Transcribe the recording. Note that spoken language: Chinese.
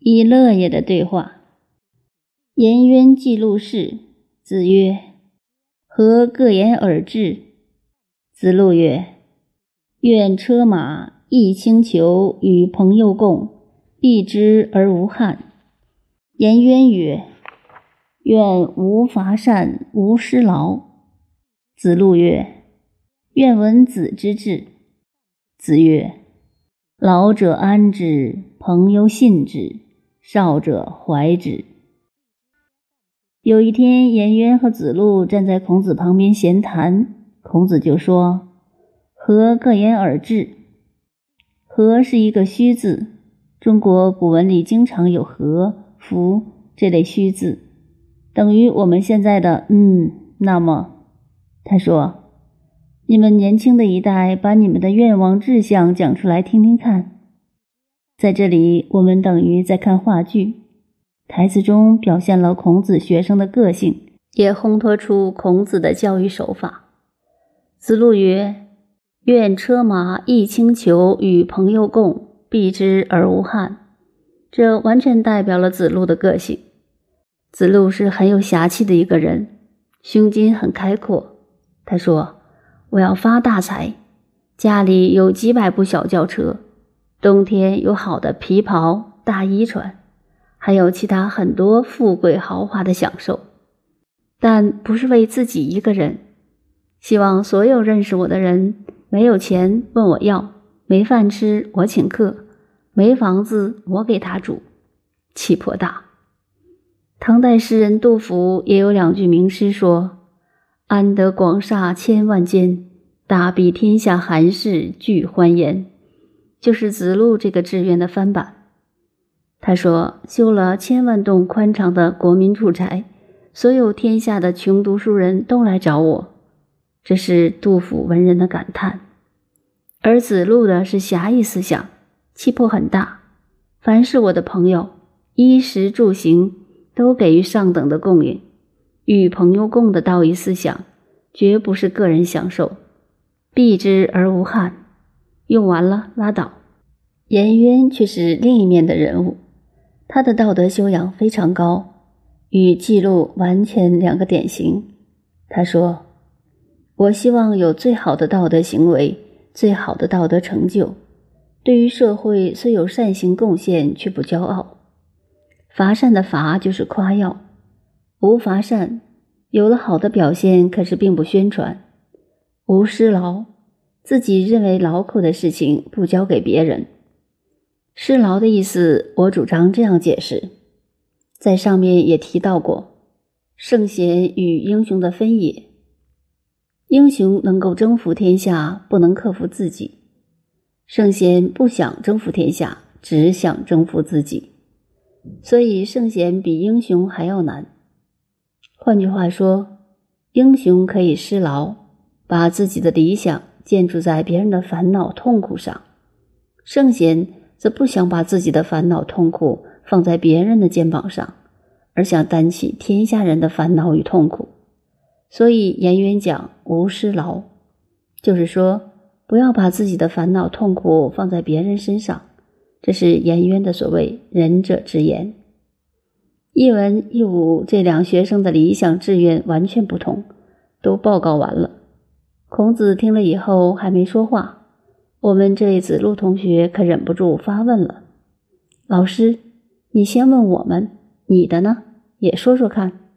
以乐也的对话。颜渊记录事，子曰：何各言而至？子路曰：愿车马易轻裘与朋友共，避之而无憾。颜渊曰：愿无伐善，无失劳。子路曰：愿闻子之志。子曰：老者安之，朋友信之，少者怀之。有一天，颜渊和子路站在孔子旁边闲谈，孔子就说：何各言而至？何是一个虚字，中国古文里经常有和、夫这类虚字，等于我们现在的那么。他说：你们年轻的一代把你们的愿望志向讲出来听听看。在这里，我们等于在看话剧，台词中表现了孔子学生的个性，也烘托出孔子的教育手法。子路曰：愿车马易轻裘与朋友共，避之而无憾。这完全代表了子路的个性。子路是很有侠气的一个人，胸襟很开阔。他说：我要发大财，家里有几百部小轿车，冬天有好的皮袍、大衣穿，还有其他很多富贵豪华的享受，但不是为自己一个人，希望所有认识我的人，没有钱问我要，没饭吃我请客，没房子我给他住，气颇大。唐代诗人杜甫也有两句名诗说：安得广厦千万间，大庇天下寒士俱欢颜，就是子路这个志愿的翻版。他说，修了1000万栋宽敞的国民住宅，所有天下的穷读书人都来找我，这是杜甫文人的感叹。而子路的是侠义思想，气魄很大，凡是我的朋友，衣食住行都给予上等的供应，与朋友共的道义思想绝不是个人享受，避之而无憾，用完了拉倒。颜渊却是另一面的人物，他的道德修养非常高，与记录完全两个典型。他说：我希望有最好的道德行为，最好的道德成就，对于社会虽有善行贡献，却不骄傲。伐善的伐就是夸耀，无伐善，有了好的表现，可是并不宣传。无失劳，自己认为劳苦的事情不交给别人。失劳的意思，我主张这样解释，在上面也提到过，圣贤与英雄的分野。英雄能够征服天下，不能克服自己；圣贤不想征服天下，只想征服自己。所以圣贤比英雄还要难。换句话说，英雄可以失劳，把自己的理想建筑在别人的烦恼痛苦上，圣贤则不想把自己的烦恼痛苦放在别人的肩膀上，而想担起天下人的烦恼与痛苦。所以颜渊讲无失劳，就是说不要把自己的烦恼痛苦放在别人身上，这是颜渊的所谓仁者之言。一文一武这两学生的理想志愿完全不同，都报告完了。孔子听了以后还没说话，我们这位子路同学可忍不住发问了：老师，你先问我们，你的呢？也说说看。